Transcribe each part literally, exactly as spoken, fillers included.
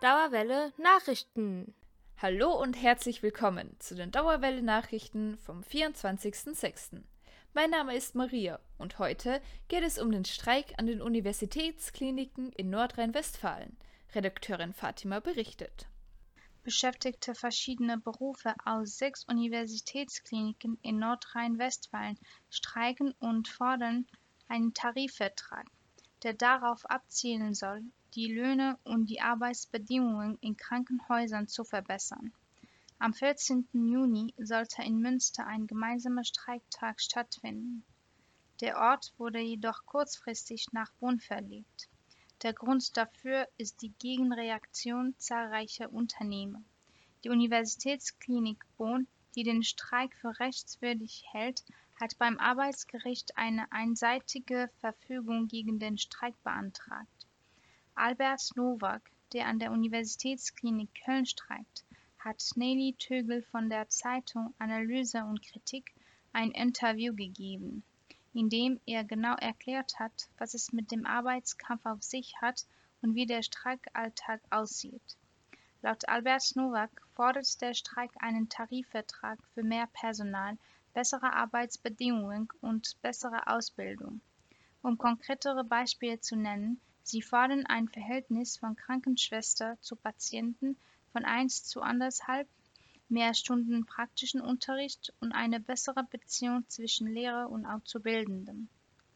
Dauerwelle Nachrichten. Hallo und herzlich willkommen zu den Dauerwelle Nachrichten vom vierundzwanzigsten sechsten Mein Name ist Maria und heute geht es um den Streik an den Universitätskliniken in Nordrhein-Westfalen. Redakteurin Fatima berichtet. Beschäftigte verschiedener Berufe aus sechs Universitätskliniken in Nordrhein-Westfalen streiken und fordern einen Tarifvertrag, der darauf abzielen soll, die Löhne und die Arbeitsbedingungen in Krankenhäusern zu verbessern. Am vierzehnten Juni sollte in Münster ein gemeinsamer Streiktag stattfinden. Der Ort wurde jedoch kurzfristig nach Bonn verlegt. Der Grund dafür ist die Gegenreaktion zahlreicher Unternehmen. Die Universitätsklinik Bonn, die den Streik für rechtswidrig hält, hat beim Arbeitsgericht eine einseitige Verfügung gegen den Streik beantragt. Albert Nowak, der an der Universitätsklinik Köln streikt, hat Nelly Tögel von der Zeitung Analyse und Kritik ein Interview gegeben, in dem er genau erklärt hat, was es mit dem Arbeitskampf auf sich hat und wie der Streikalltag aussieht. Laut Albert Nowak fordert der Streik einen Tarifvertrag für mehr Personal, bessere Arbeitsbedingungen und bessere Ausbildung. Um konkretere Beispiele zu nennen, sie fordern ein Verhältnis von Krankenschwester zu Patienten von eins zu anderthalb, mehr Stunden praktischen Unterricht und eine bessere Beziehung zwischen Lehrer und Auszubildenden.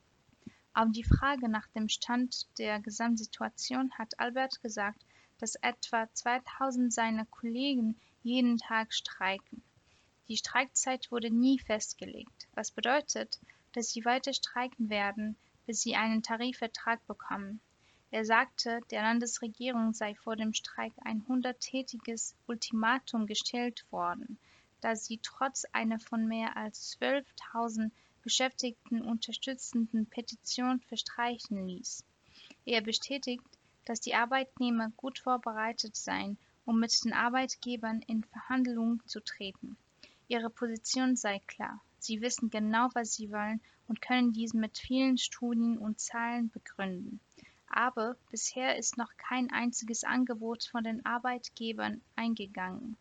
Auf die Frage nach dem Stand der Gesamtsituation hat Albert gesagt, dass etwa zweitausend seiner Kollegen jeden Tag streiken. Die Streikzeit wurde nie festgelegt, was bedeutet, dass sie weiter streiken werden, bis sie einen Tarifvertrag bekommen. Er sagte, der Landesregierung sei vor dem Streik ein hunderttägiges Ultimatum gestellt worden, da sie trotz einer von mehr als zwölftausend Beschäftigten unterstützenden Petition verstreichen ließ. Er bestätigt, dass die Arbeitnehmer gut vorbereitet seien, um mit den Arbeitgebern in Verhandlungen zu treten. Ihre Position sei klar. Sie wissen genau, was sie wollen und können dies mit vielen Studien und Zahlen begründen. Aber bisher ist noch kein einziges Angebot von den Arbeitgebern eingegangen.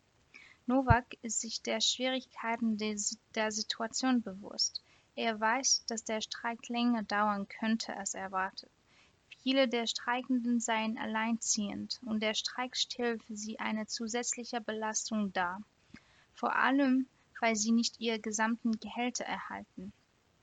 Nowak ist sich der Schwierigkeiten der Situation bewusst. Er weiß, dass der Streik länger dauern könnte als erwartet. Viele der Streikenden seien alleinziehend und der Streik stelle für sie eine zusätzliche Belastung dar. Vor allem, weil sie nicht ihre gesamten Gehälter erhalten.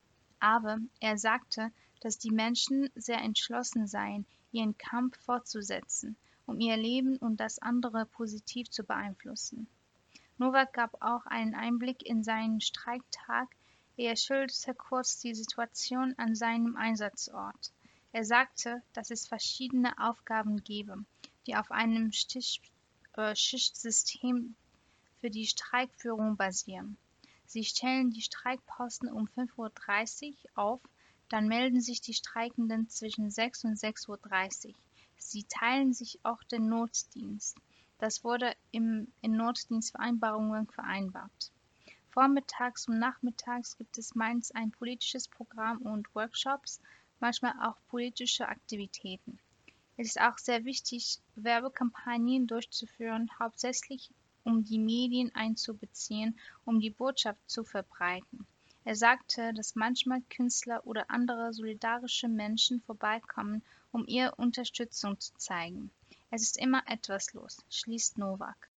Aber er sagte, dass die Menschen sehr entschlossen seien, ihren Kampf fortzusetzen, um ihr Leben und das andere positiv zu beeinflussen. Nowak gab auch einen Einblick in seinen Streiktag. Er schilderte kurz die Situation an seinem Einsatzort. Er sagte, dass es verschiedene Aufgaben gebe, die auf einem Stich, äh, Schichtsystem für die Streikführung basieren. Sie stellen die Streikposten um fünf Uhr dreißig auf, dann melden sich die Streikenden zwischen sechs und sechs Uhr dreißig. Sie teilen sich auch den Notdienst. Das wurde im, in Notdienstvereinbarungen vereinbart. Vormittags und nachmittags gibt es meist ein politisches Programm und Workshops, manchmal auch politische Aktivitäten. Es ist auch sehr wichtig, Werbekampagnen durchzuführen, hauptsächlich um die Medien einzubeziehen, um die Botschaft zu verbreiten. Er sagte, dass manchmal Künstler oder andere solidarische Menschen vorbeikommen, um ihre Unterstützung zu zeigen. Es ist immer etwas los, schließt Nowak.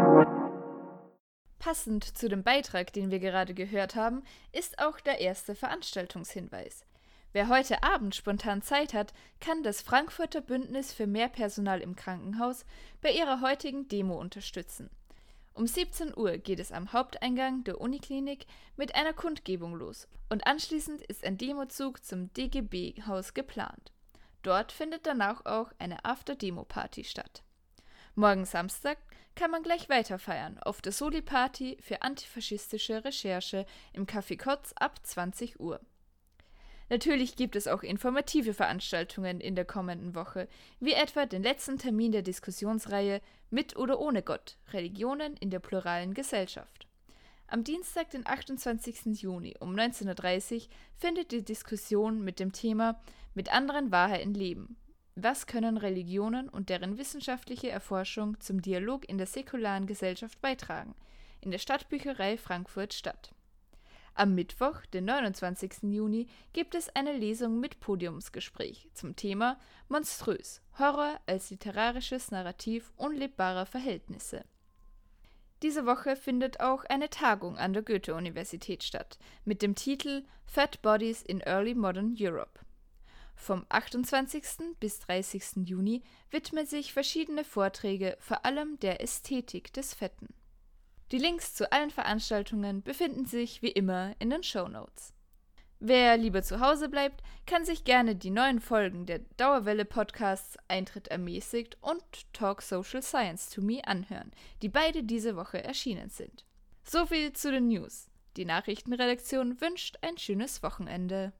Passend zu dem Beitrag, den wir gerade gehört haben, ist auch der erste Veranstaltungshinweis. Wer heute Abend spontan Zeit hat, kann das Frankfurter Bündnis für mehr Personal im Krankenhaus bei ihrer heutigen Demo unterstützen. Um siebzehn Uhr geht es am Haupteingang der Uniklinik mit einer Kundgebung los und anschließend ist ein Demozug zum D G B-Haus geplant. Dort findet danach auch eine After-Demo-Party statt. Morgen Samstag kann man gleich weiter feiern auf der Soli-Party für antifaschistische Recherche im Café Kotz ab zwanzig Uhr. Natürlich gibt es auch informative Veranstaltungen in der kommenden Woche, wie etwa den letzten Termin der Diskussionsreihe Mit oder ohne Gott – Religionen in der pluralen Gesellschaft. Am Dienstag, den achtundzwanzigsten Juni um neunzehn Uhr dreißig findet die Diskussion mit dem Thema Mit anderen Wahrheiten leben. Was können Religionen und deren wissenschaftliche Erforschung zum Dialog in der säkularen Gesellschaft beitragen? In der Stadtbücherei Frankfurt-Stadt. Am Mittwoch, den neunundzwanzigsten Juni, gibt es eine Lesung mit Podiumsgespräch zum Thema Monströs – Horror als literarisches Narrativ unlebbarer Verhältnisse. Diese Woche findet auch eine Tagung an der Goethe-Universität statt, mit dem Titel Fat Bodies in Early Modern Europe. Vom achtundzwanzigsten bis dreißigsten Juni widmen sich verschiedene Vorträge vor allem der Ästhetik des Fetten. Die Links zu allen Veranstaltungen befinden sich wie immer in den Shownotes. Wer lieber zu Hause bleibt, kann sich gerne die neuen Folgen der Dauerwelle-Podcasts Eintritt ermäßigt und Talk Social Science to Me anhören, die beide diese Woche erschienen sind. Soviel zu den News. Die Nachrichtenredaktion wünscht ein schönes Wochenende.